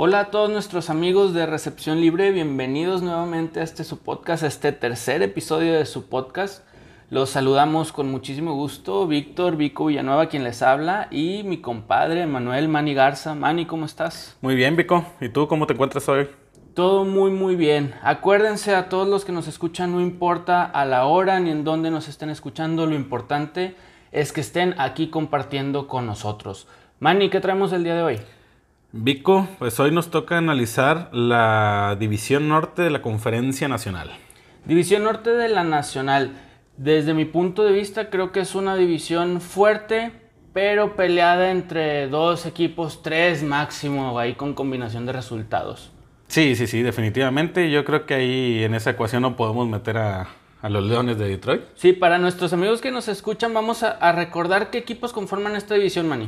Hola a todos nuestros amigos de Recepción Libre, bienvenidos nuevamente a su podcast, a este tercer episodio de su podcast. Los saludamos con muchísimo gusto, Víctor Vico Villanueva quien les habla y mi compadre Manuel Manny Garza. Manny, ¿cómo estás? Muy bien, Vico. ¿Y tú cómo te encuentras hoy? Todo muy bien. Acuérdense a todos los que nos escuchan, no importa a la hora ni en dónde nos estén escuchando, lo importante es que estén aquí compartiendo con nosotros. Manny, ¿qué traemos el día de hoy? Vico, pues hoy nos toca analizar la División Norte de la Conferencia Nacional. División Norte de la Nacional. Desde mi punto de vista creo que es una división fuerte, pero peleada entre dos equipos, tres máximo, ahí con combinación de resultados. Sí, definitivamente. Yo creo que ahí en esa ecuación no podemos meter a los Leones de Detroit. Sí, para nuestros amigos que nos escuchan, vamos a recordar qué equipos conforman esta división, Manny.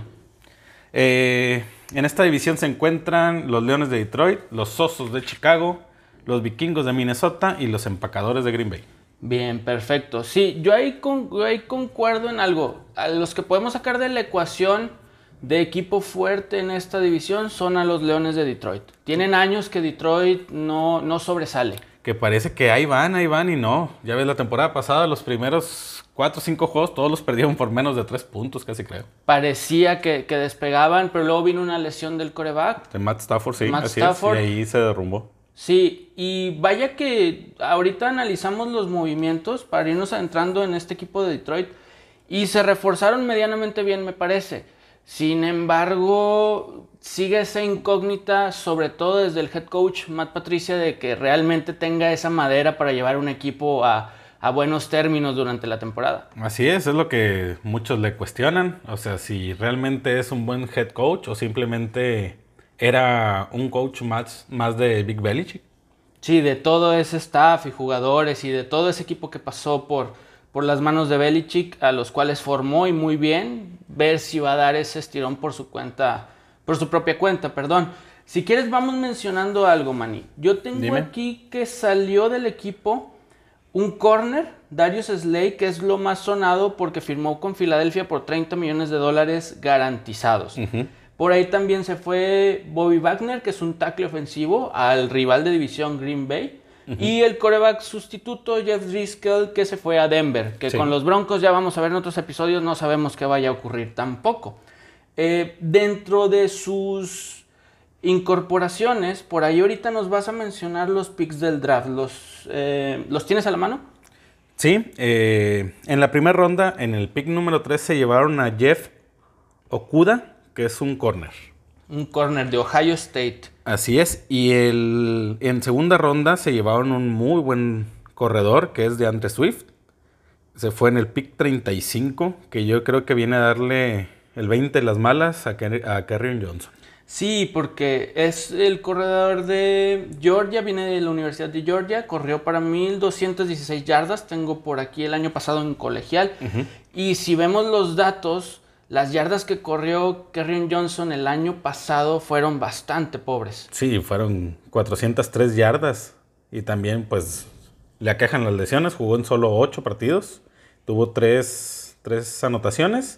En esta división se encuentran los Leones de Detroit, los Osos de Chicago, los Vikingos de Minnesota y los Empacadores de Green Bay. Bien, perfecto. Sí, yo ahí concuerdo en algo. A los que podemos sacar de la ecuación de equipo fuerte en esta división son a los Leones de Detroit. Tienen años que Detroit no sobresale. Que parece que ahí van y no. Ya ves, la temporada pasada, los primeros 4 o 5 juegos, todos los perdieron por menos de 3 puntos, casi creo. Parecía que despegaban, pero luego vino una lesión del quarterback. De Matt Stafford, sí, Matt así Stafford. es, y ahí se derrumbó. Sí, y vaya que ahorita analizamos los movimientos para irnos adentrando en este equipo de Detroit y se reforzaron medianamente bien, me parece. Sin embargo, sigue esa incógnita, sobre todo desde el head coach Matt Patricia, de que realmente tenga esa madera para llevar un equipo a buenos términos durante la temporada. Así es lo que muchos le cuestionan. O sea, si realmente es un buen head coach o simplemente era un coach más de Big Belichick. Sí, de todo ese staff y jugadores y de todo ese equipo que pasó por las manos de Belichick, a los cuales formó y muy bien, ver si va a dar ese estirón por su propia cuenta, perdón. Si quieres vamos mencionando algo, Manny. Yo tengo aquí que salió del equipo un corner, Darius Slay, que es lo más sonado porque firmó con Filadelfia por $30 millones garantizados. Por ahí también se fue Bobby Wagner, que es un tackle ofensivo, al rival de división Green Bay. Y el quarterback sustituto Jeff Driscoll, que se fue a Denver, que con los Broncos ya vamos a ver en otros episodios, no sabemos qué vaya a ocurrir tampoco. Dentro de sus incorporaciones, por ahí ahorita nos vas a mencionar los picks del draft. ¿Los tienes a la mano? Sí, en la primera ronda, en el pick número 3, se llevaron a Jeff Okudah, que es un corner. Un corner de Ohio State. Así es, y en segunda ronda se llevaron un muy buen corredor, que es DeAndre Swift. Se fue en el pick 35, que yo creo que viene a darle el 20 de las malas a Kerryon Johnson. Sí, porque es el corredor de Georgia, viene de la Universidad de Georgia, corrió para 1,216 yardas, tengo por aquí el año pasado en colegial. Y si vemos los datos, las yardas que corrió Kerryon Johnson el año pasado fueron bastante pobres. Sí, fueron 403 yardas y también pues le aquejan las lesiones, jugó en solo 8 partidos, tuvo 3 anotaciones.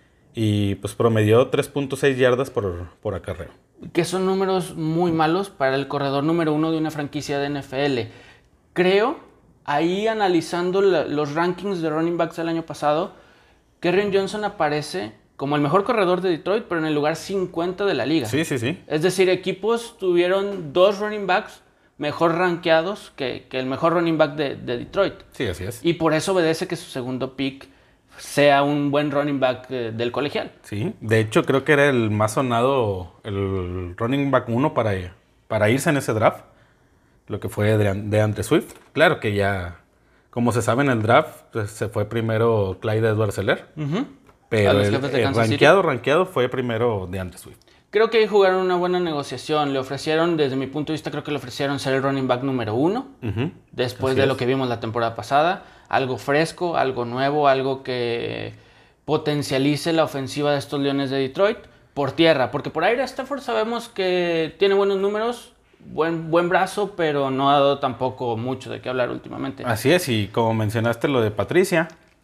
Y pues promedió 3.6 yardas por acarreo. Que son números muy malos para el corredor número 1 de una franquicia de NFL. Creo, ahí analizando los rankings de running backs del año pasado, Kerryon Johnson aparece como el mejor corredor de Detroit, pero en el lugar 50 de la liga. Sí. Es decir, equipos tuvieron 2 running backs mejor rankeados que el mejor running back de Detroit. Sí, así es. Y por eso obedece que su segundo pick sea un buen running back del colegial. Sí, de hecho creo que era el más sonado, el running back 1 para irse en ese draft, lo que fue DeAndre Swift. Claro que ya, como se sabe en el draft, pues, se fue primero Clyde Edwards-Helaire, pero el rankeado fue primero DeAndre Swift. Creo que ahí jugaron una buena negociación. Le ofrecieron, desde mi punto de vista, creo que le ofrecieron ser el running back número 1. Después de lo que vimos la temporada pasada. Algo fresco, algo nuevo, algo que potencialice la ofensiva de estos Leones de Detroit por tierra. Porque por aire Stafford sabemos que tiene buenos números, buen brazo, pero no ha dado tampoco mucho de qué hablar últimamente. Así es, y como mencionaste lo de Patricia,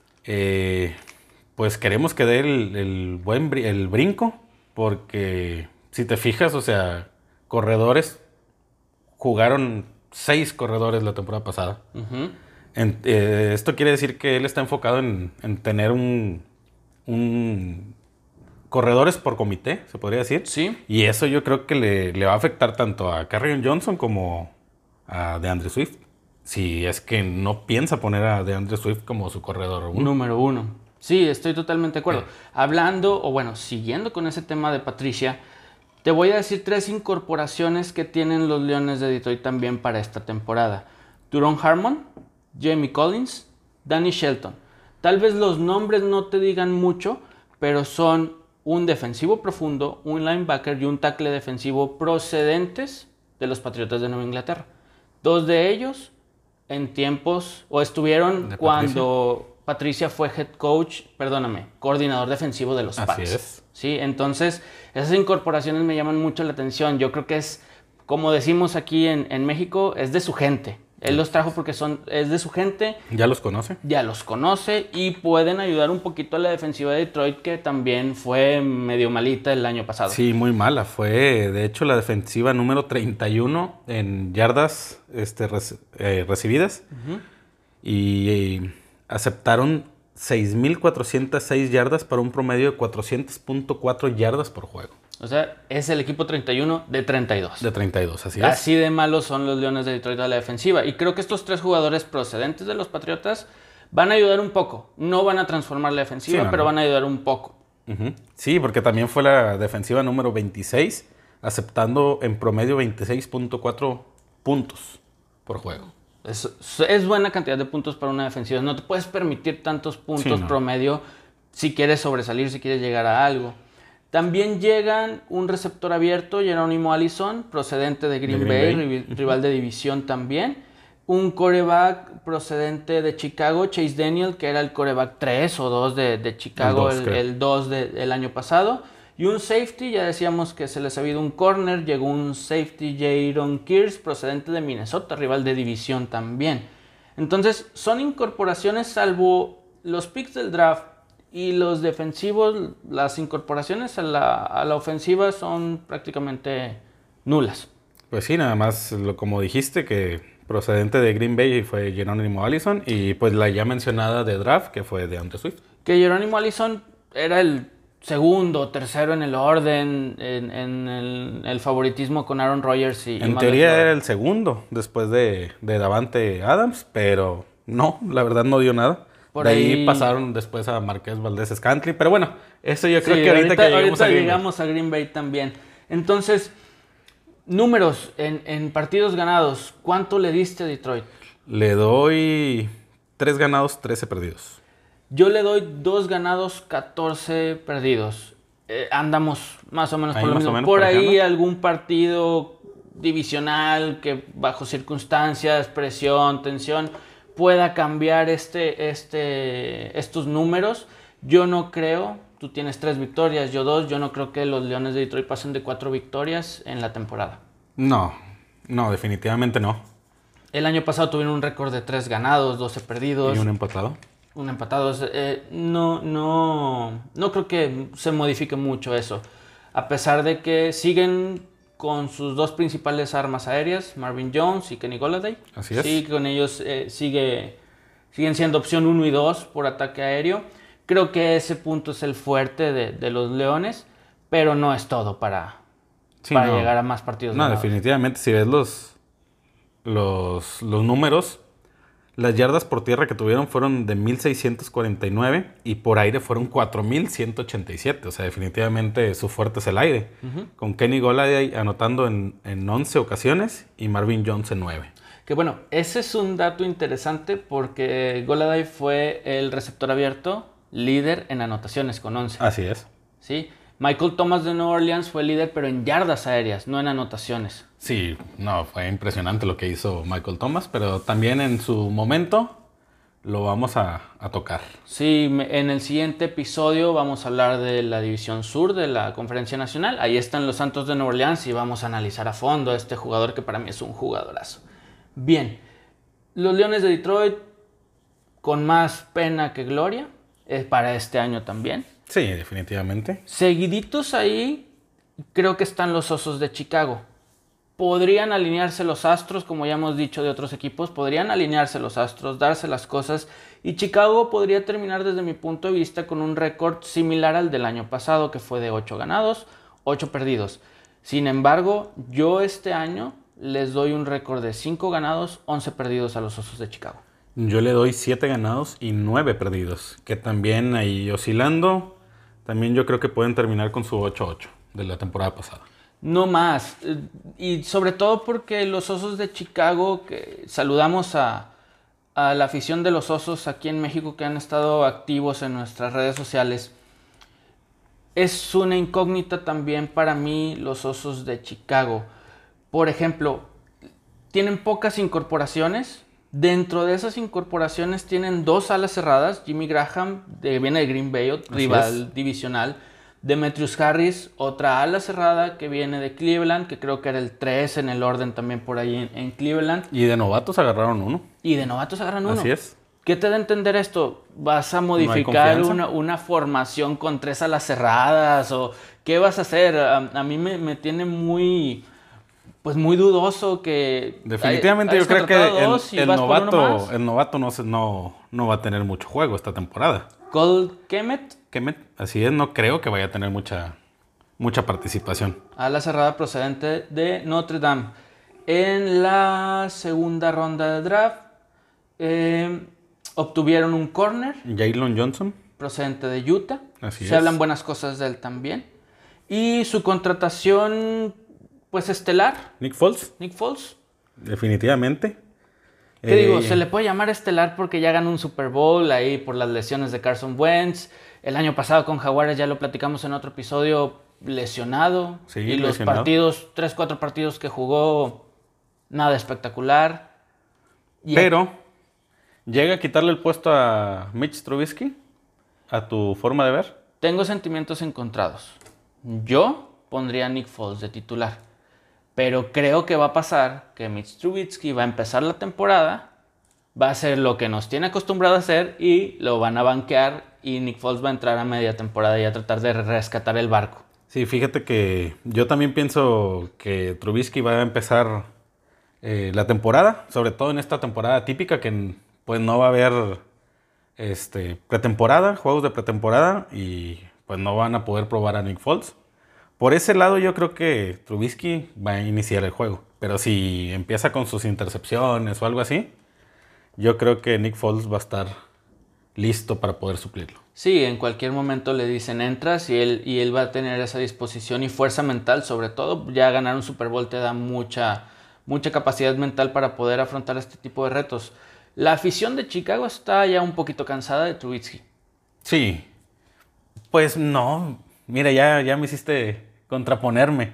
pues queremos que dé el brinco. Porque si te fijas, o sea, corredores, jugaron 6 corredores la temporada pasada. Ujú. Esto quiere decir que él está enfocado en tener un corredores por comité, se podría decir. Sí. Y eso yo creo que le va a afectar tanto a Kerryon Johnson como a DeAndre Swift. Si es que no piensa poner a DeAndre Swift como su corredor uno. Número 1. Sí, estoy totalmente de acuerdo. Hablando, o bueno, siguiendo con ese tema de Patricia, te voy a decir 3 incorporaciones que tienen los Leones de Detroit también para esta temporada. Duron Harmon, Jamie Collins, Danny Shelton. Tal vez los nombres no te digan mucho, pero son un defensivo profundo, un linebacker y un tackle defensivo procedentes de los Patriotas de Nueva Inglaterra. 2 de ellos en tiempos, o estuvieron De cuando Patricia fue coordinador defensivo de los Así Pats. es. Sí, entonces esas incorporaciones me llaman mucho la atención. Yo creo que es, como decimos aquí en México, es de su gente. Él los trajo porque es de su gente, ¿Ya los conoce? ya los conoce y pueden ayudar un poquito a la defensiva de Detroit, que también fue medio malita el año pasado. Sí, muy mala. Fue, de hecho, la defensiva número 31 en yardas recibidas. Ujú. Y aceptaron 6,406 yardas para un promedio de 400.4 yardas por juego. O sea, es el equipo 31 de 32. De 32, así es. Así de malos son los Leones de Detroit a la defensiva. Y creo que estos 3 jugadores procedentes de los Patriotas van a ayudar un poco. No van a transformar la defensiva, Sí, no, pero no. van a ayudar un poco. Ujú. Sí, porque también fue la defensiva número 26, aceptando en promedio 26.4 puntos por juego. Es buena cantidad de puntos para una defensiva. No te puedes permitir tantos puntos Sí, no. promedio si quieres sobresalir, si quieres llegar a algo. También llegan un receptor abierto, Jerónimo Allison, procedente de Green Bay, rival de división también. Un quarterback procedente de Chicago, Chase Daniel, que era el quarterback 3 o 2 de Chicago, el 2 del año pasado. Y un safety, ya decíamos que se les ha habido un corner, llegó un safety, Jaron Kears, procedente de Minnesota, rival de división también. Entonces, son incorporaciones, salvo los picks del draft y los defensivos, las incorporaciones a la ofensiva son prácticamente nulas. Pues sí, nada más, como dijiste, que procedente de Green Bay fue Jerónimo Allison y pues la ya mencionada de draft, que fue DeAndre Swift. Que Jerónimo Allison era el segundo o tercero en el orden, en el favoritismo con Aaron Rodgers y En Matt teoría LaFleur. era el segundo después de Davante Adams, pero no, la verdad no dio nada. Por de ahí ahí pasaron después a Marqués Valdés-Scantling, pero bueno, eso yo creo Sí, que ahorita que lleguemos ahorita a Green Bay. llegamos a Green Bay también. Entonces, números en partidos ganados, ¿cuánto le diste a Detroit? Le doy 3 ganados, 13 perdidos. Yo le doy 2 ganados, 14 perdidos. Andamos más o menos Ahí por lo más o mismo. menos Por ahí parejando. algún partido divisional que bajo circunstancias, presión, tensión, pueda cambiar estos números. Yo no creo, tú tienes 3 victorias, yo 2, yo no creo que los Leones de Detroit pasen de 4 victorias en la temporada. No, definitivamente no. El año pasado tuvieron un récord de 3 ganados, 12 perdidos. Y un empatado. Un empatado. No creo que se modifique mucho eso. A pesar de que siguen con sus 2 principales armas aéreas, Marvin Jones y Kenny Golladay. Así es. Sí, con ellos siguen siendo opción 1 y 2 por ataque aéreo. Creo que ese punto es el fuerte de los Leones, pero no es todo para no. llegar a más partidos No, ganados. definitivamente, si ves los números, las yardas por tierra que tuvieron fueron de 1,649 y por aire fueron 4,187. O sea, definitivamente su fuerte es el aire. Con Kenny Golladay anotando en 11 ocasiones y Marvin Jones en 9. Que bueno, ese es un dato interesante porque Golladay fue el receptor abierto líder en anotaciones con 11. Así es. ¿Sí? Michael Thomas de Nueva Orleans fue líder, pero en yardas aéreas, no en anotaciones. Sí, no, fue impresionante lo que hizo Michael Thomas, pero también en su momento lo vamos a tocar. Sí, en el siguiente episodio vamos a hablar de la División Sur de la Conferencia Nacional. Ahí están los Santos de Nueva Orleans y vamos a analizar a fondo a este jugador que para mí es un jugadorazo. Bien, los Leones de Detroit con más pena que gloria para este año también. Sí, definitivamente. Seguiditos ahí, creo que están los Osos de Chicago. podrían alinearse los astros, como ya hemos dicho de otros equipos, podrían alinearse los astros, darse las cosas, y Chicago podría terminar desde mi punto de vista con un récord similar al del año pasado, que fue de 8 ganados, 8 perdidos. Sin embargo, yo este año les doy un récord de 5 ganados, 11 perdidos a los Osos de Chicago. Yo le doy 7 ganados y 9 perdidos, que también ahí oscilando, también yo creo que pueden terminar con su 8-8 de la temporada pasada. No más, y sobre todo porque los Osos de Chicago, que saludamos a la afición de los Osos aquí en México que han estado activos en nuestras redes sociales, es una incógnita también para mí los Osos de Chicago. Por ejemplo, tienen pocas incorporaciones. Dentro de esas incorporaciones tienen 2 alas cerradas. Jimmy Graham, viene de Green Bay, rival divisional. Demetrius Harris, otra ala cerrada que viene de Cleveland, que creo que era el 3 en el orden también por ahí en Cleveland. Y de novatos agarraron uno. Así es. ¿Qué te da a entender esto? ¿Vas a modificar una formación con 3 alas cerradas? ¿O qué vas a hacer? A mí me tiene muy dudoso que... Definitivamente yo creo que el novato no va a tener mucho juego esta temporada. Cole Kmet, así es, no creo que vaya a tener mucha participación. ala cerrada procedente de Notre Dame. En la segunda ronda de draft obtuvieron un corner. Jalen Johnson. Procedente de Utah. Así Se hablan buenas cosas de él también. Y su contratación, pues estelar. Nick Foles. ¿Qué Definitivamente. digo? Se le puede llamar estelar porque ya ganó un Super Bowl ahí por las lesiones de Carson Wentz. El año pasado con Jaguares, ya lo platicamos en otro episodio, lesionado. Sí, y los lesionado. 3-4 partidos que jugó, nada espectacular. Pero llega a quitarle el puesto a Mitch Trubisky, a tu forma de ver. Tengo sentimientos encontrados. Yo pondría a Nick Foles de titular. Pero creo que va a pasar que Mitch Trubisky va a empezar la temporada, va a hacer lo que nos tiene acostumbrado a hacer y lo van a banquear y Nick Foles va a entrar a media temporada y a tratar de rescatar el barco. Sí, fíjate que yo también pienso que Trubisky va a empezar la temporada, sobre todo en esta temporada típica que pues no va a haber pretemporada, juegos de pretemporada y pues no van a poder probar a Nick Foles. Por ese lado yo creo que Trubisky va a iniciar el juego. Pero si empieza con sus intercepciones o algo así, yo creo que Nick Foles va a estar listo para poder suplirlo. Sí, en cualquier momento le dicen entras y él va a tener esa disposición y fuerza mental, sobre todo. Ya ganar un Super Bowl te da mucha capacidad mental para poder afrontar este tipo de retos. La afición de Chicago está ya un poquito cansada de Trubisky. Sí, pues no, mira, ya me hiciste contraponerme.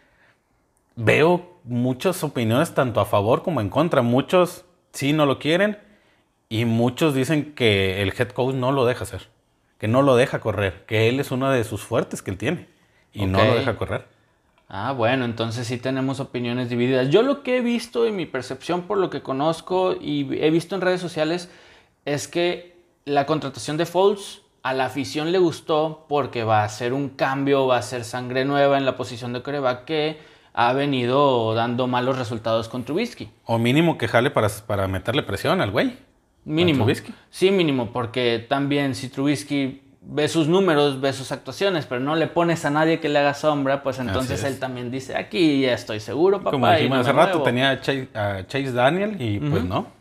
Veo muchas opiniones tanto a favor como en contra. Muchos sí no lo quieren y muchos dicen que el head coach no lo deja hacer, que no lo deja correr, que él es uno de sus fuertes que él tiene y no lo deja correr. Ah, bueno, entonces sí tenemos opiniones divididas. Yo lo que he visto y mi percepción por lo que conozco y he visto en redes sociales es que la contratación de Foles a la afición le gustó porque va a ser un cambio, va a ser sangre nueva en la posición de quarterback que ha venido dando malos resultados con Trubisky. O mínimo que jale para meterle presión al güey. Mínimo. Sí, mínimo, porque también si Trubisky ve sus números, ve sus actuaciones, pero no le pones a nadie que le haga sombra, pues entonces él también dice, aquí ya estoy seguro, papá. Como dijimos hace rato, tenía a Chase Daniel y pues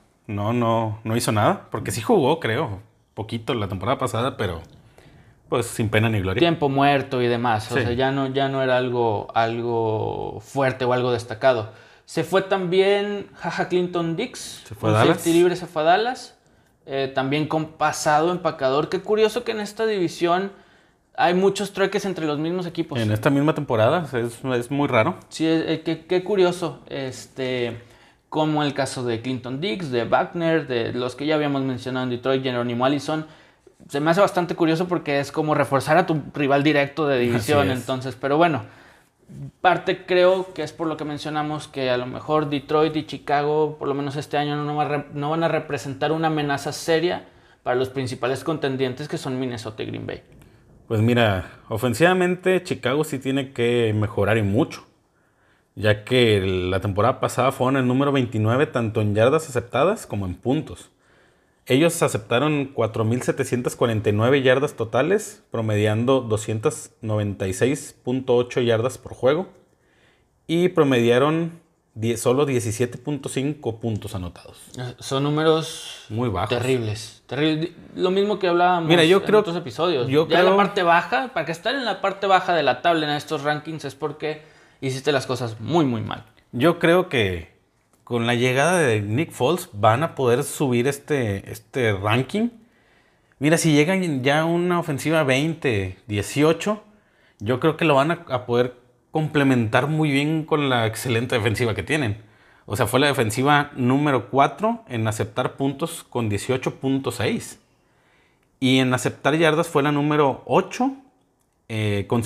no hizo nada, porque sí jugó, creo, poquito la temporada pasada, pero pues sin pena ni gloria. Tiempo muerto y demás, o sea, ya no era algo fuerte o algo destacado. Se fue también Jaja Clinton Dix, se fue a Dallas. Safety libre se fue a Dallas. También con pasado empacador. Qué curioso que en esta división hay muchos trueques entre los mismos equipos. En esta misma temporada es muy raro. Sí, qué curioso. Como el caso de Clinton Dix, de Wagner, de los que ya habíamos mencionado en Detroit, Jerónimo Allison. Se me hace bastante curioso porque es como reforzar a tu rival directo de división. Entonces, pero bueno, parte creo que es por lo que mencionamos que a lo mejor Detroit y Chicago, por lo menos este año, no van a representar una amenaza seria para los principales contendientes que son Minnesota y Green Bay. Pues mira, ofensivamente Chicago sí tiene que mejorar y mucho. ya que la temporada pasada fueron el número 29 tanto en yardas aceptadas como en puntos. Ellos aceptaron 4.749 yardas totales, promediando 296.8 yardas por juego y promediaron solo 17.5 puntos anotados. Son números muy bajos. Terribles. Lo mismo que hablábamos en otros episodios. En la parte baja, para que estar en la parte baja de la tabla en estos rankings es porque hiciste las cosas muy, muy mal. Yo creo que con la llegada de Nick Foles van a poder subir este ranking. Mira, si llegan ya a una ofensiva 20, 18, yo creo que lo van a poder complementar muy bien con la excelente defensiva que tienen. O sea, fue la defensiva número 4 en aceptar puntos con 18.6. Y en aceptar yardas fue la número 8 con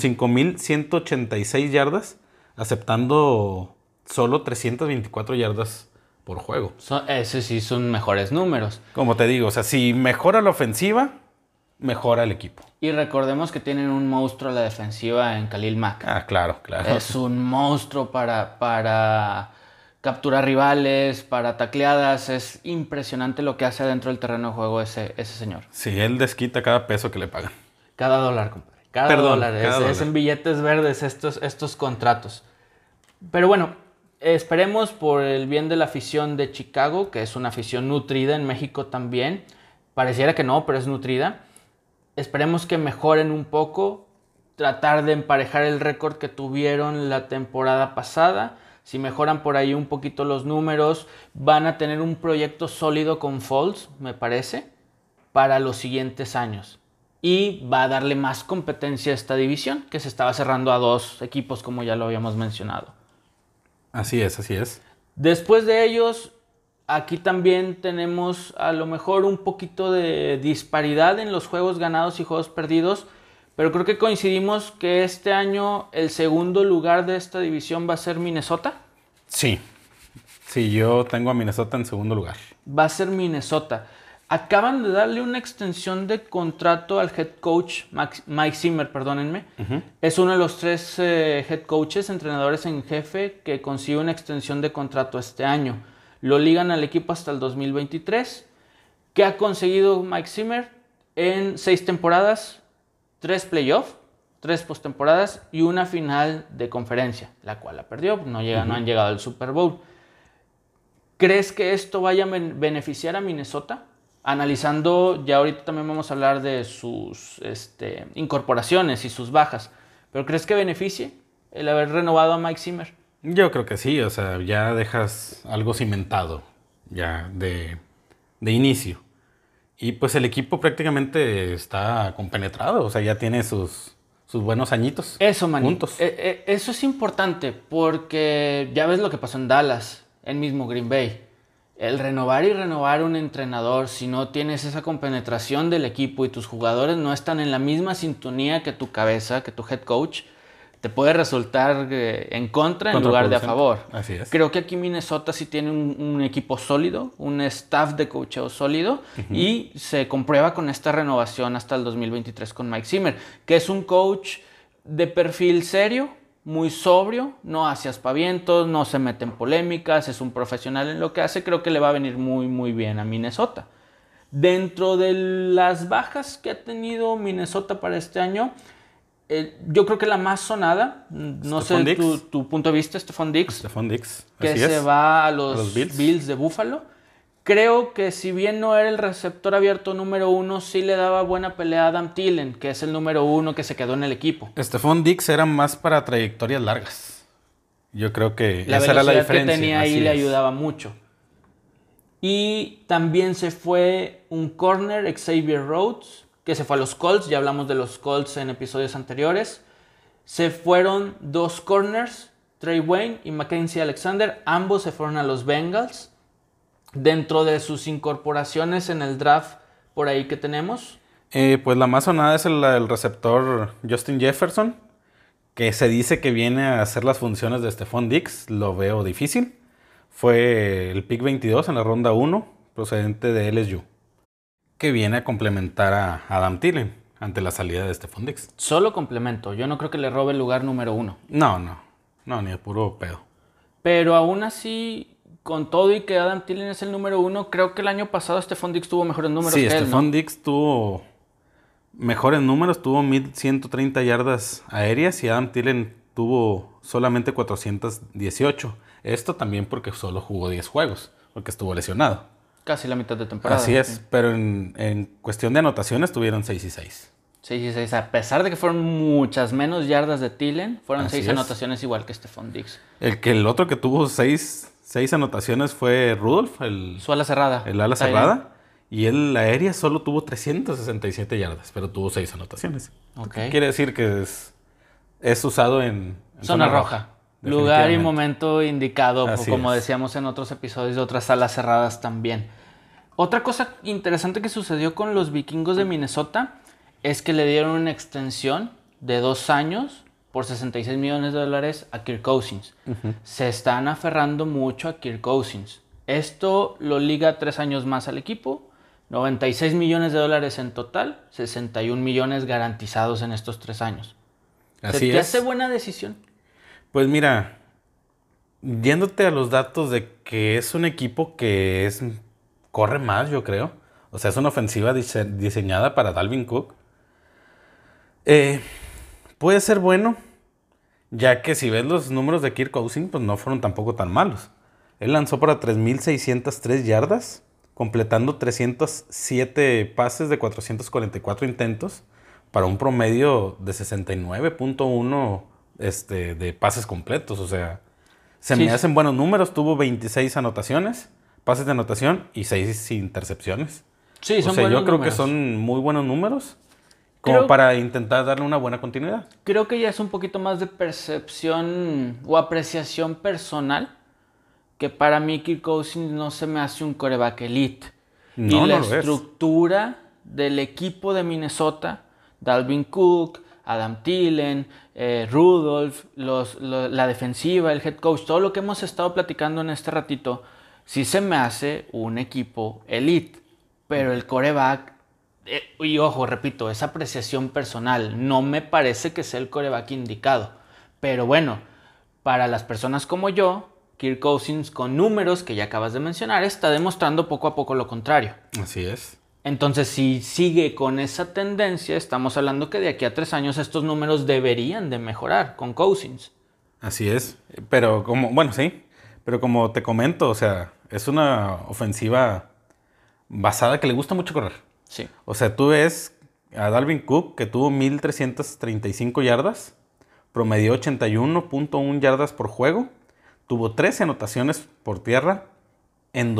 5.186 yardas, aceptando solo 324 yardas por juego. Esos sí son mejores números. Como te digo, o sea, si mejora la ofensiva, mejora el equipo. Y recordemos que tienen un monstruo a la defensiva en Khalil Mack. Ah, claro. Es un monstruo para capturar rivales, para tacleadas. Es impresionante lo que hace adentro del terreno de juego ese señor. Sí, él desquita cada peso que le pagan. Cada dólar, compadre. Cada dólar. Es en billetes verdes estos contratos. Pero bueno, esperemos por el bien de la afición de Chicago, que es una afición nutrida en México también. Pareciera que no, pero es nutrida. Esperemos que mejoren un poco, tratar de emparejar el récord que tuvieron la temporada pasada. Si mejoran por ahí un poquito los números, van a tener un proyecto sólido con Foles, me parece, para los siguientes años. Y va a darle más competencia a esta división, que se estaba cerrando a 2 equipos, como ya lo habíamos mencionado. Así es. Después de ellos, aquí también tenemos a lo mejor un poquito de disparidad en los juegos ganados y juegos perdidos, pero creo que coincidimos que este año el segundo lugar de esta división va a ser Minnesota. Sí, yo tengo a Minnesota en segundo lugar. Va a ser Minnesota. Acaban de darle una extensión de contrato al head coach, Mike Zimmer, perdónenme. Uh-huh. Es uno de los 3 head coaches, entrenadores en jefe, que consigue una extensión de contrato este año. Lo ligan al equipo hasta el 2023. ¿Qué ha conseguido Mike Zimmer? En 6 temporadas, 3 playoffs, 3 postemporadas y una final de conferencia, la cual la perdió. No han llegado al Super Bowl. ¿Crees que esto vaya a beneficiar a Minnesota? Analizando, ya ahorita también vamos a hablar de sus incorporaciones y sus bajas. ¿Pero crees que beneficie el haber renovado a Mike Zimmer? Yo creo que sí, o sea, ya dejas algo cimentado, ya de inicio. Y pues el equipo prácticamente está compenetrado, o sea, ya tiene sus buenos añitos. Eso, man. Juntos. Eso es importante porque ya ves lo que pasó en Dallas, el mismo Green Bay. El renovar un entrenador, si no tienes esa compenetración del equipo y tus jugadores no están en la misma sintonía que tu cabeza, que tu head coach, te puede resultar en contra en lugar de a favor. Así es. Creo que aquí Minnesota sí tiene un equipo sólido, un staff de coacheo sólido, y se comprueba con esta renovación hasta el 2023 con Mike Zimmer, que es un coach de perfil serio, muy sobrio, no hace aspavientos, no se mete en polémicas, es un profesional en lo que hace. Creo que le va a venir muy, muy bien a Minnesota. Dentro de las bajas que ha tenido Minnesota para este año, yo creo que la más sonada, no sé tu punto de vista, Stephon Diggs, que se va a los Bills de Buffalo. Creo que si bien no era el receptor abierto número 1, sí le daba buena pelea a Adam Thielen, que es el número 1 que se quedó en el equipo. Stephon Diggs era más para trayectorias largas. Yo creo que esa era la diferencia. Que tenía ahí le ayudaba mucho. Y también se fue un corner, Xavier Rhodes, que se fue a los Colts. Ya hablamos de los Colts en episodios anteriores. Se fueron 2 corners, Trey Wayne y Mackenzie Alexander. Ambos se fueron a los Bengals. Dentro de sus incorporaciones en el draft por ahí que tenemos. Pues la más sonada es el receptor Justin Jefferson, que se dice que viene a hacer las funciones de Stephon Diggs. Lo veo difícil. Fue el pick 22 en la ronda 1, procedente de LSU, que viene a complementar a Adam Thielen ante la salida de Stephon Diggs. Solo complemento. Yo no creo que le robe el lugar número 1. No, ni de puro pedo. Pero aún así, con todo y que Adam Thielen es el número 1, creo que el año pasado Stephon Diggs tuvo mejores números Sí, que él, Stephon ¿no? Diggs tuvo mejores números, tuvo 1130 yardas aéreas y Adam Thielen tuvo solamente 418. Esto también porque solo jugó 10 juegos, porque estuvo lesionado. Casi la mitad de temporada. Así Sí. es, pero en cuestión de anotaciones tuvieron 6 y 6. 6 y 6. A pesar de que fueron muchas menos yardas de Thielen, fueron Así 6 es. anotaciones igual que Stephon Diggs. El otro que tuvo 6 anotaciones fue Rudolph, Su ala cerrada. el ala Está bien. cerrada. Y él, la aérea, solo tuvo 367 yardas, pero tuvo 6 anotaciones. Ok. Quiere decir que es usado en Zona roja. Lugar y definitivamente. momento indicado, Así como es. decíamos en otros episodios de otras salas cerradas también. Otra cosa interesante que sucedió con los vikingos de Minnesota es que le dieron una extensión de 2 años por $66 millones a Kirk Cousins. Se están aferrando mucho a Kirk Cousins. Esto lo liga 3 años más al equipo. $96 millones en total, 61 millones garantizados en estos 3 años. Así ¿Te es. hace buena decisión? Pues mira, yéndote a los datos de que es un equipo que corre más, yo creo. O sea, es una ofensiva diseñada para Dalvin Cook. Puede ser bueno, ya que si ves los números de Kirk Cousins, pues no fueron tampoco tan malos. Él lanzó para 3,603 yardas, completando 307 pases de 444 intentos, para un promedio de 69.1 de pases completos. O sea, se Sí, me sí. hacen buenos números. Tuvo 26 anotaciones, pases de anotación y 6 intercepciones. Sí, O son sea, buenos yo creo que números. son muy buenos números como Creo- para intentar darle una buena continuidad. Creo que ya es un poquito más de percepción o apreciación personal, que para mí Kirk Cousins no se me hace un coreback elite. Y No, la no lo es. estructura del equipo de Minnesota, Dalvin Cook, Adam Thielen, Rudolph, la defensiva, el head coach, todo lo que hemos estado platicando en este ratito, sí se me hace un equipo elite. Pero el coreback, y ojo, repito, es apreciación personal. No me parece que sea el coreback indicado. Pero bueno, para las personas como yo, Kirk Cousins, con números que ya acabas de mencionar, está demostrando poco a poco lo contrario. Así es. Entonces, si sigue con esa tendencia, estamos hablando que de aquí a 3 años estos números deberían de mejorar con Cousins. Así es. Pero bueno, sí. Pero como te comento, o sea, es una ofensiva basada que le gusta mucho correr. Sí. O sea, tú ves a Dalvin Cook, que tuvo 1,335 yardas, promedió 81.1 yardas por juego, tuvo 13 anotaciones por tierra en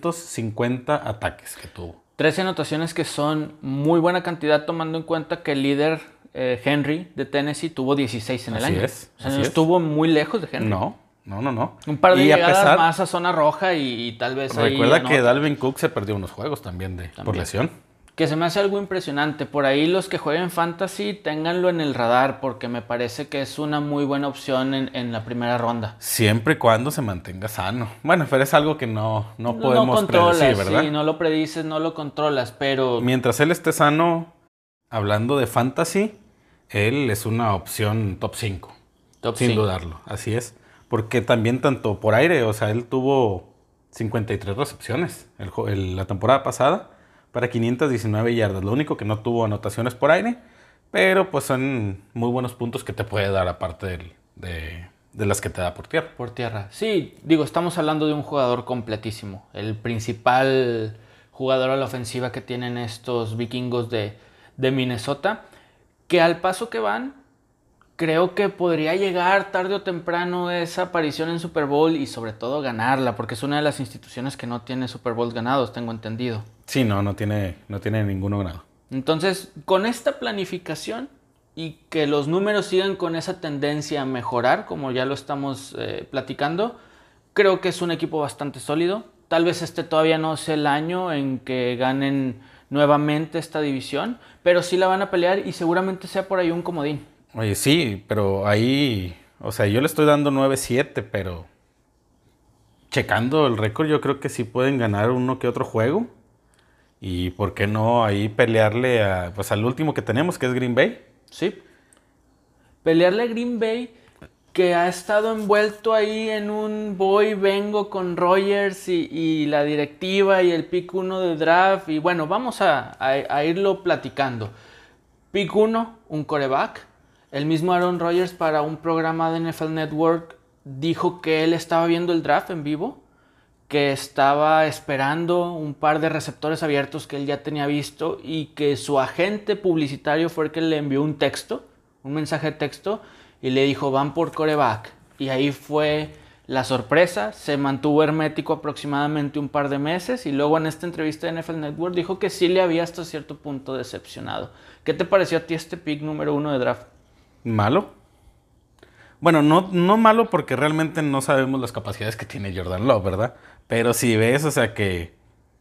250 ataques que tuvo. 13 anotaciones que son muy buena cantidad tomando en cuenta que el líder Henry de Tennessee tuvo 16 en el Así año. es, O sea, así no es. estuvo muy lejos de Henry. No. Un par de Y a llegadas pesar, más a zona roja y tal vez ahí recuerda que anota. Dalvin Cook se perdió unos juegos también por lesión. Que se me hace algo impresionante. Por ahí los que jueguen Fantasy, ténganlo en el radar porque me parece que es una muy buena opción en la primera ronda. Siempre y cuando se mantenga sano. Bueno, pero es algo que no podemos predecir, ¿verdad? Sí, no lo predices, no lo controlas, pero Mientras él esté sano, hablando de fantasy, él es una opción top 5. top Sin 5. dudarlo, así es. Porque también tanto por aire, o sea, él tuvo 53 recepciones la temporada pasada para 519 yardas. Lo único que no tuvo anotaciones por aire, pero pues son muy buenos puntos que te puede dar aparte de las que te da por tierra. Por tierra. Sí, digo, estamos hablando de un jugador completísimo. El principal jugador a la ofensiva que tienen estos vikingos de Minnesota. Que al paso que van, creo que podría llegar tarde o temprano esa aparición en Super Bowl y sobre todo ganarla, porque es una de las instituciones que no tiene Super Bowls ganados, tengo entendido. Sí, no tiene ninguno ganado. Entonces, con esta planificación y que los números sigan con esa tendencia a mejorar, como ya lo estamos platicando, creo que es un equipo bastante sólido. Tal vez este todavía no sea el año en que ganen nuevamente esta división, pero sí la van a pelear y seguramente sea por ahí un comodín. Oye, sí, pero ahí, o sea, yo le estoy dando 9-7, pero checando el récord, yo creo que sí pueden ganar uno que otro juego. Y por qué no ahí pelearle al último que tenemos, que es Green Bay. Sí. Pelearle a Green Bay que ha estado envuelto ahí en un voy y vengo con Rodgers y la directiva y el pick 1 de draft. Y bueno, vamos a irlo platicando. Pick 1, un quarterback. El mismo Aaron Rodgers para un programa de NFL Network dijo que él estaba viendo el draft en vivo, que estaba esperando un par de receptores abiertos que él ya tenía visto y que su agente publicitario fue el que le envió un texto, un mensaje de texto, y le dijo, van por quarterback. Y ahí fue la sorpresa, se mantuvo hermético aproximadamente un par de meses y luego en esta entrevista de NFL Network dijo que sí le había hasta cierto punto decepcionado. ¿Qué te pareció a ti este pick número 1 de draft? ¿Malo? Bueno, no malo porque realmente no sabemos las capacidades que tiene Jordan Love, ¿verdad? Pero si ves, o sea, que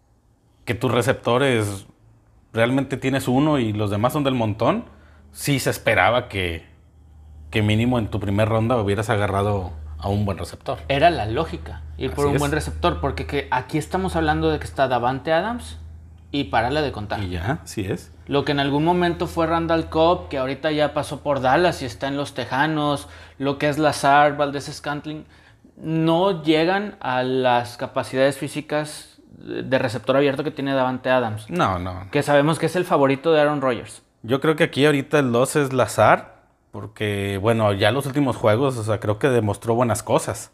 tus receptores realmente tienes uno y los demás son del montón, sí se esperaba que mínimo en tu primera ronda hubieras agarrado a un buen receptor. Era la lógica, ir por un buen receptor, porque aquí estamos hablando de que está Davante Adams y párale de contar. Y ya, sí es. Lo que en algún momento fue Randall Cobb, que ahorita ya pasó por Dallas y está en los Tejanos, lo que es Lazard, Valdez-Scantling, no llegan a las capacidades físicas de receptor abierto que tiene Davante Adams. No. Que sabemos que es el favorito de Aaron Rodgers. Yo creo que aquí ahorita el 2 es Lazard, porque, bueno, ya los últimos juegos, o sea, creo que demostró buenas cosas.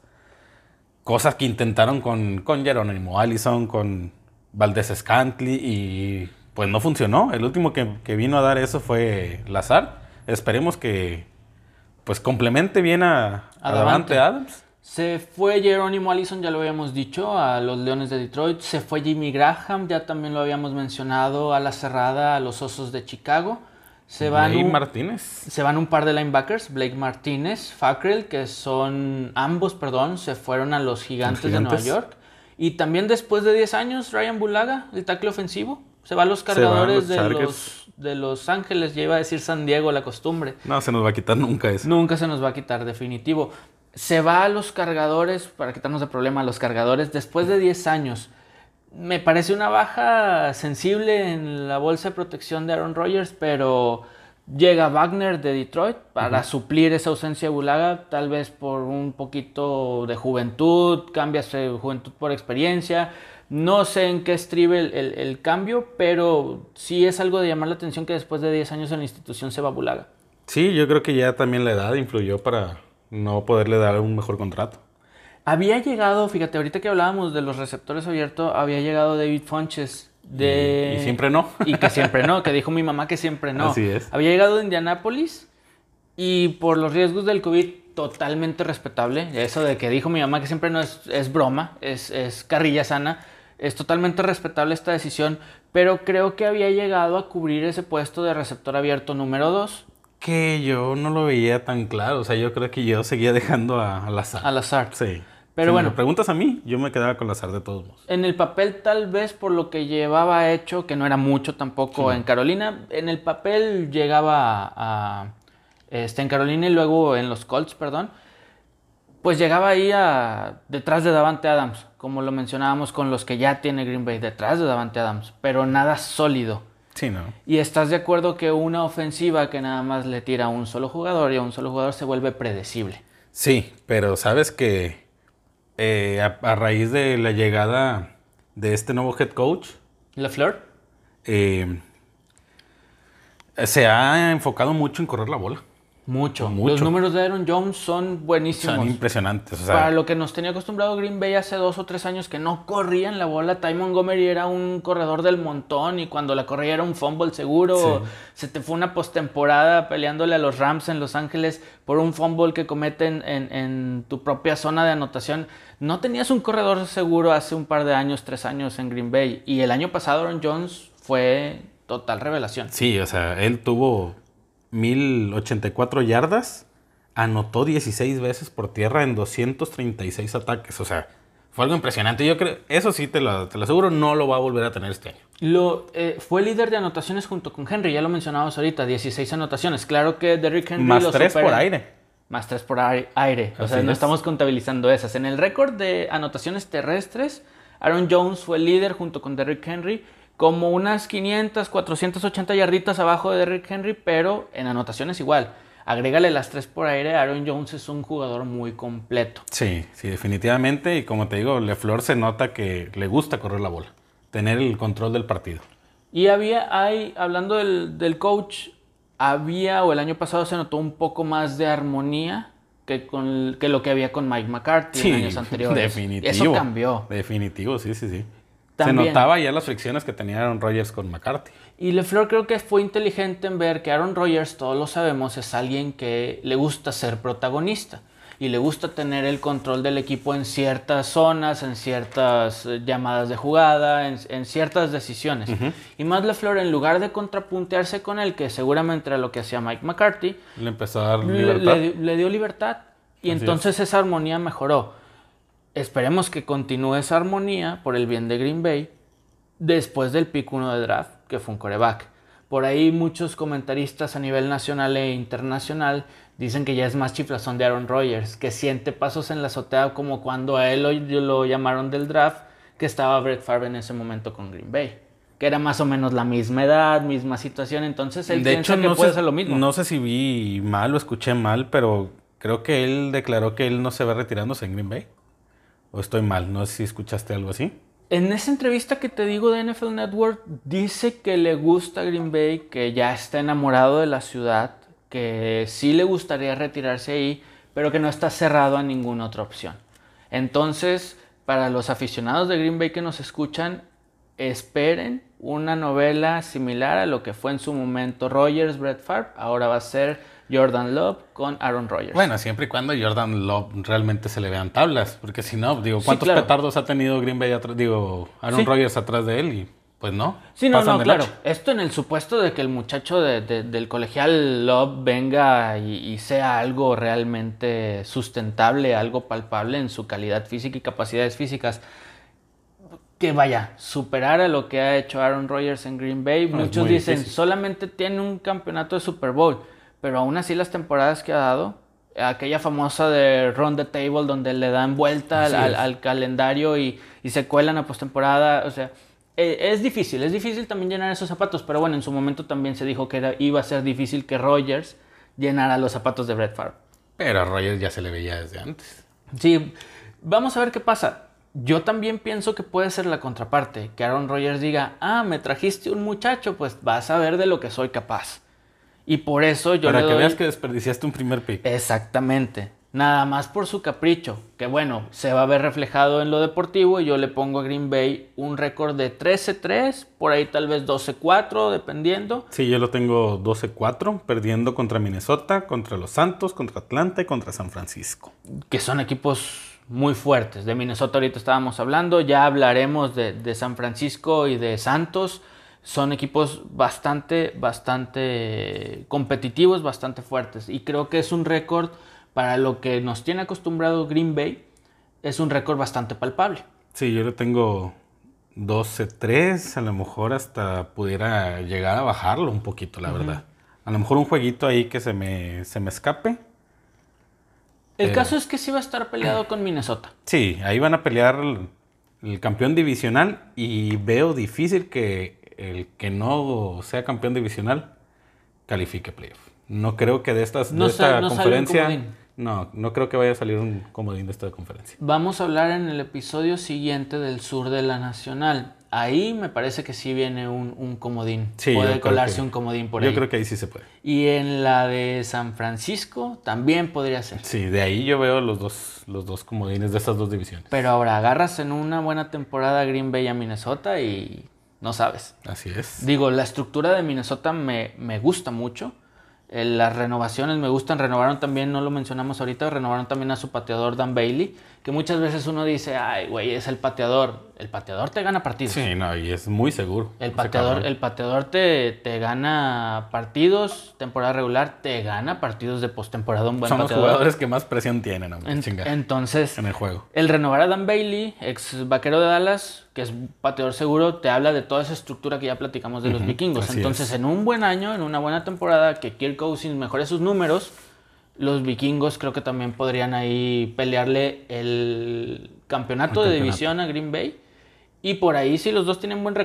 Cosas que intentaron con Jerónimo Allison, con Valdez-Scantling y pues no funcionó. El último que vino a dar eso fue Lazard. Esperemos que pues complemente bien a Davante Adams. Se fue Jerónimo Allison, ya lo habíamos dicho, a los Leones de Detroit. Se fue Jimmy Graham, ya también lo habíamos mencionado, a la cerrada, a los Osos de Chicago. Se van un par de linebackers, Blake Martínez, Fackrell, que son ambos, se fueron a los Gigantes de Nueva York. Y también después de 10 años, Ryan Bulaga, el tackle ofensivo, se va a los Cargadores de Los Ángeles. Ya iba a decir San Diego, la costumbre. No se nos va a quitar nunca eso. Nunca se nos va a quitar, definitivo. Se va a los Cargadores, para quitarnos de problema, a los Cargadores después de 10 años. Me parece una baja sensible en la bolsa de protección de Aaron Rodgers, pero llega Wagner de Detroit para suplir esa ausencia de Bulaga, tal vez por un poquito de juventud, cambias juventud por experiencia. No sé en qué estribe el cambio, pero sí es algo de llamar la atención que después de 10 años en la institución se va Bulaga. Sí, yo creo que ya también la edad influyó para no poderle dar un mejor contrato. Había llegado, fíjate, ahorita que hablábamos de los receptores abiertos, había llegado David Funches y siempre no. Y que siempre no, que dijo mi mamá que siempre no. Así es. Había llegado de Indianápolis y por los riesgos del COVID, totalmente respetable. Eso de que dijo mi mamá que siempre no es broma, es carrilla sana. Es totalmente respetable esta decisión, pero creo que había llegado a cubrir ese puesto de receptor abierto número 2. Que yo no lo veía tan claro, o sea, yo creo que yo seguía dejando a Lazard. A Lazard. Sí. Pero si bueno, me preguntas a mí, yo me quedaba con Lazard de todos modos. En el papel tal vez por lo que llevaba hecho, que no era mucho tampoco en Carolina, en el papel llegaba en Carolina y luego en los Colts, pues llegaba ahí detrás de Davante Adams, como lo mencionábamos con los que ya tiene Green Bay, detrás de Davante Adams, pero nada sólido. Sí, ¿no? Y estás de acuerdo que una ofensiva que nada más le tira a un solo jugador y a un solo jugador se vuelve predecible. Sí, pero sabes que a raíz de la llegada de este nuevo head coach, LaFleur, se ha enfocado mucho en correr la bola. Mucho. Los números de Aaron Jones son buenísimos. Son impresionantes. O sea, para lo que nos tenía acostumbrado Green Bay hace 2 o 3 años que no corrían la bola. Ty Montgomery era un corredor del montón y cuando la corría era un fumble seguro. Sí. Se te fue una postemporada peleándole a los Rams en Los Ángeles por un fumble que cometen en tu propia zona de anotación. No tenías un corredor seguro hace un par de años, 3 años en Green Bay. Y el año pasado Aaron Jones fue total revelación. Sí, o sea, él tuvo 1084 yardas, anotó 16 veces por tierra en 236 ataques. O sea, fue algo impresionante. Yo creo, eso sí te lo aseguro, no lo va a volver a tener este año. Fue líder de anotaciones junto con Henry, ya lo mencionábamos ahorita, 16 anotaciones. Claro que Derrick Henry más 3 por aire. Más 3 por aire. O sea, no estamos contabilizando esas. En el récord de anotaciones terrestres, Aaron Jones fue líder junto con Derrick Henry, como unas 500, 480 yarditas abajo de Derrick Henry, pero en anotaciones igual. Agrégale las 3 por aire, Aaron Jones es un jugador muy completo. Sí, sí, definitivamente. Y como te digo, LeFleur se nota que le gusta correr la bola, tener el control del partido. Y hablando del coach, o el año pasado se notó un poco más de armonía que lo que había con Mike McCarthy en años anteriores. Definitivo. Eso cambió. Definitivo, sí. También. Se notaba ya las fricciones que tenía Aaron Rodgers con McCarthy. Y LeFleur creo que fue inteligente en ver que Aaron Rodgers, todos lo sabemos, es alguien que le gusta ser protagonista y le gusta tener el control del equipo en ciertas zonas, en ciertas llamadas de jugada, en ciertas decisiones. Y más LeFleur, en lugar de contrapuntearse con él, que seguramente era lo que hacía Mike McCarthy, le empezó a dar libertad. Le dio libertad y Así entonces esa armonía mejoró. Esperemos que continúe esa armonía por el bien de Green Bay después del pick 1 de draft, que fue un quarterback. Por ahí muchos comentaristas a nivel nacional e internacional dicen que ya es más chiflazón de Aaron Rodgers, que siente pasos en la azotea como cuando a él lo llamaron del draft, que estaba Brett Favre en ese momento con Green Bay, que era más o menos la misma edad, misma situación, entonces él piensa que puede ser lo mismo. No sé si vi mal o escuché mal, pero creo que él declaró que él no se ve retirándose en Green Bay. ¿O estoy mal? No sé si escuchaste algo así. En esa entrevista que te digo de NFL Network, dice que le gusta Green Bay, que ya está enamorado de la ciudad, que sí le gustaría retirarse ahí, pero que no está cerrado a ninguna otra opción. Entonces, para los aficionados de Green Bay que nos escuchan, esperen una novela similar a lo que fue en su momento Rodgers, Brett Favre. Ahora va a ser Jordan Love con Aaron Rodgers. Bueno, siempre y cuando Jordan Love realmente se le vean tablas, porque si no, ¿cuántos petardos ha tenido Green Bay atrás, Aaron Rodgers atrás de él? Y pues no. Sí, claro. Esto en el supuesto de que el muchacho del colegial Love venga y sea algo realmente sustentable, algo palpable en su calidad física y capacidades físicas. Que vaya, superar a lo que ha hecho Aaron Rodgers en Green Bay. Muchos dicen, solamente tiene un campeonato de Super Bowl, pero aún así las temporadas que ha dado, aquella famosa de Run the Table donde le dan vuelta al calendario y se cuelan a postemporada, o sea, es difícil también llenar esos zapatos, pero bueno, en su momento también se dijo que iba a ser difícil que Rodgers llenara los zapatos de Brett Favre. Pero a Rodgers ya se le veía desde antes. Sí, vamos a ver qué pasa. Yo también pienso que puede ser la contraparte, que Aaron Rodgers diga, me trajiste un muchacho, pues vas a ver de lo que soy capaz. Y por eso yo Para que veas que desperdiciaste un primer pick. Exactamente. Nada más por su capricho, que bueno, se va a ver reflejado en lo deportivo y yo le pongo a Green Bay un récord de 13-3, por ahí tal vez 12-4, dependiendo. Sí, yo lo tengo 12-4, perdiendo contra Minnesota, contra los Santos, contra Atlanta y contra San Francisco. Que son equipos muy fuertes. De Minnesota ahorita estábamos hablando, ya hablaremos de San Francisco y de Santos. Son equipos bastante competitivos, bastante fuertes. Y creo que es un récord, para lo que nos tiene acostumbrado Green Bay, es un récord bastante palpable. Sí, yo lo tengo 12-3, a lo mejor hasta pudiera llegar a bajarlo un poquito, la verdad. A lo mejor un jueguito ahí que se me escape. El caso es que sí va a estar peleado con Minnesota. Sí, ahí van a pelear el campeón divisional y veo difícil que el que no sea campeón divisional califique playoff. No creo que de esta conferencia... No creo que vaya a salir un comodín de esta conferencia. Vamos a hablar en el episodio siguiente del sur de la Nacional. Ahí me parece que sí viene un comodín. Sí, puede colarse un comodín por ahí. Yo creo que ahí sí se puede. Y en la de San Francisco también podría ser. Sí, de ahí yo veo los dos comodines de estas dos divisiones. Pero ahora agarras en una buena temporada Green Bay a Minnesota y no sabes. Así es. Digo, la estructura de Minnesota me gusta mucho. Las renovaciones me gustan. Renovaron también, no lo mencionamos ahorita, renovaron también a su pateador Dan Bailey, que muchas veces uno dice, ay, güey, es el pateador. El pateador te gana partidos. Sí, no, y es muy seguro. El pateador te gana partidos, temporada regular, te gana partidos de postemporada. Un buen Son pateador. Los jugadores que más presión tienen, entonces, en el juego. El renovar a Dan Bailey, ex vaquero de Dallas, que es pateador seguro, te habla de toda esa estructura que ya platicamos de los vikingos. Entonces, en un buen año, en una buena temporada, que Kirk Cousins mejore sus números, los vikingos creo que también podrían ahí pelearle el campeonato de división a Green Bay. Y por ahí, si los dos tienen buen récord,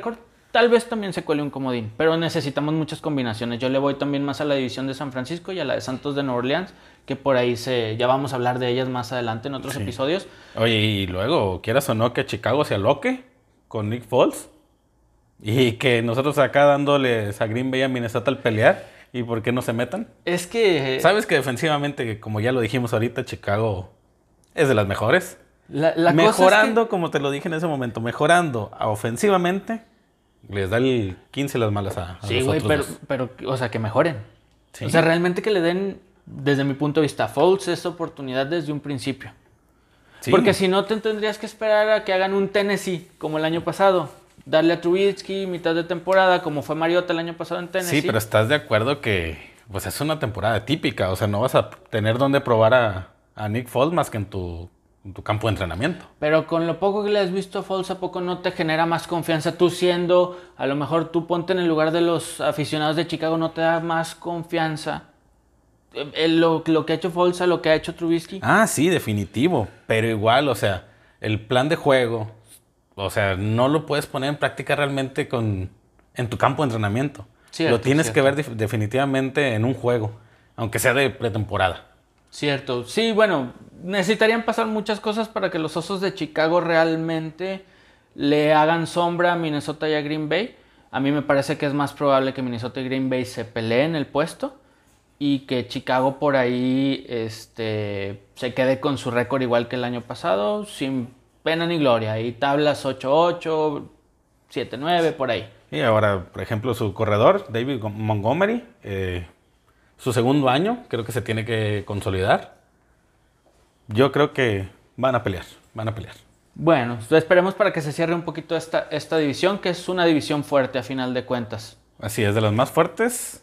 Tal vez también se cuele un comodín, pero necesitamos muchas combinaciones. Yo le voy también más a la división de San Francisco y a la de Santos de Nueva Orleans, que por ahí ya vamos a hablar de ellas más adelante en otros episodios. Oye, y luego, quieras o no, que Chicago se aloque con Nick Foles y que nosotros acá dándoles a Green Bay y a Minnesota al pelear y por qué no se metan. Es que... Sabes que defensivamente, como ya lo dijimos ahorita, Chicago es de las mejores. La Mejorando, cosa es que... como te lo dije en ese momento, mejorando ofensivamente, les da el 15 las malas a Sí, los güey, otros dos. pero, o sea, que mejoren. Sí. O sea, realmente que le den, desde mi punto de vista, a Foles esa oportunidad desde un principio. Sí. Porque si no, te tendrías que esperar a que hagan un Tennessee, como el año pasado. Darle a Trubisky mitad de temporada, como fue Mariota el año pasado en Tennessee. Sí, pero estás de acuerdo que pues es una temporada típica. O sea, no vas a tener donde probar a Nick Foles más que en tu campo de entrenamiento. Pero con lo poco que le has visto a Foles, ¿a poco no te genera más confianza? Tú siendo, a lo mejor tú ponte en el lugar de los aficionados de Chicago, ¿no te da más confianza lo que ha hecho Foles a lo que ha hecho Trubisky? Ah, sí, definitivo. Pero igual, o sea, el plan de juego, o sea, no lo puedes poner en práctica realmente en tu campo de entrenamiento. Cierto, Lo tienes cierto. que ver definitivamente en un juego, aunque sea de pretemporada. Cierto. Sí, bueno, necesitarían pasar muchas cosas para que los Osos de Chicago realmente le hagan sombra a Minnesota y a Green Bay. A mí me parece que es más probable que Minnesota y Green Bay se peleen el puesto y que Chicago por ahí se quede con su récord igual que el año pasado, sin pena ni gloria. Y tablas 8-8, 7-9, por ahí. Y ahora, por ejemplo, su corredor, David Montgomery, su segundo año, creo que se tiene que consolidar. Yo creo que van a pelear. Bueno, esperemos para que se cierre un poquito esta división, que es una división fuerte a final de cuentas. Así es, de las más fuertes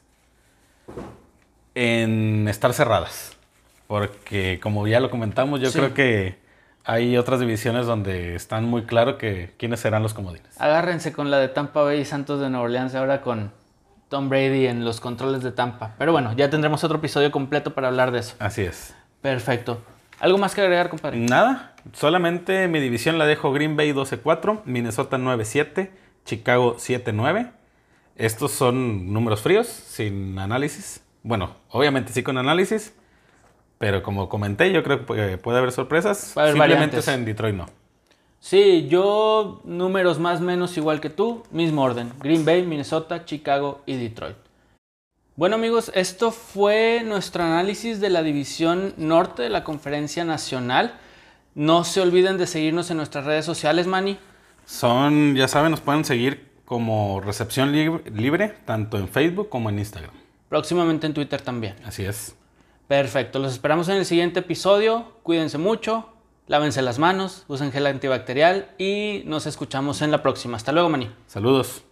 en estar cerradas. Porque, como ya lo comentamos, yo Sí. creo que hay otras divisiones donde están muy claro que quiénes serán los comodines. Agárrense con la de Tampa Bay y Santos de Nueva Orleans ahora con Tom Brady en los controles de Tampa. Pero bueno, ya tendremos otro episodio completo para hablar de eso. Así es. Perfecto. ¿Algo más que agregar, compadre? Nada, solamente mi división la dejo Green Bay 12-4, Minnesota 9-7, Chicago 7-9. Estos son números fríos, sin análisis. Bueno, obviamente sí con análisis, pero como comenté, yo creo que puede haber sorpresas. Va a haber Simplemente variantes. es en Detroit no. Sí, yo números más o menos igual que tú, mismo orden. Green Bay, Minnesota, Chicago y Detroit. Bueno amigos, esto fue nuestro análisis de la división norte de la Conferencia Nacional. No se olviden de seguirnos en nuestras redes sociales, Manny. Ya saben, nos pueden seguir como Recepción Libre, tanto en Facebook como en Instagram. Próximamente en Twitter también. Así es. Perfecto, los esperamos en el siguiente episodio. Cuídense mucho, lávense las manos, usen gel antibacterial y nos escuchamos en la próxima. Hasta luego, Manny. Saludos.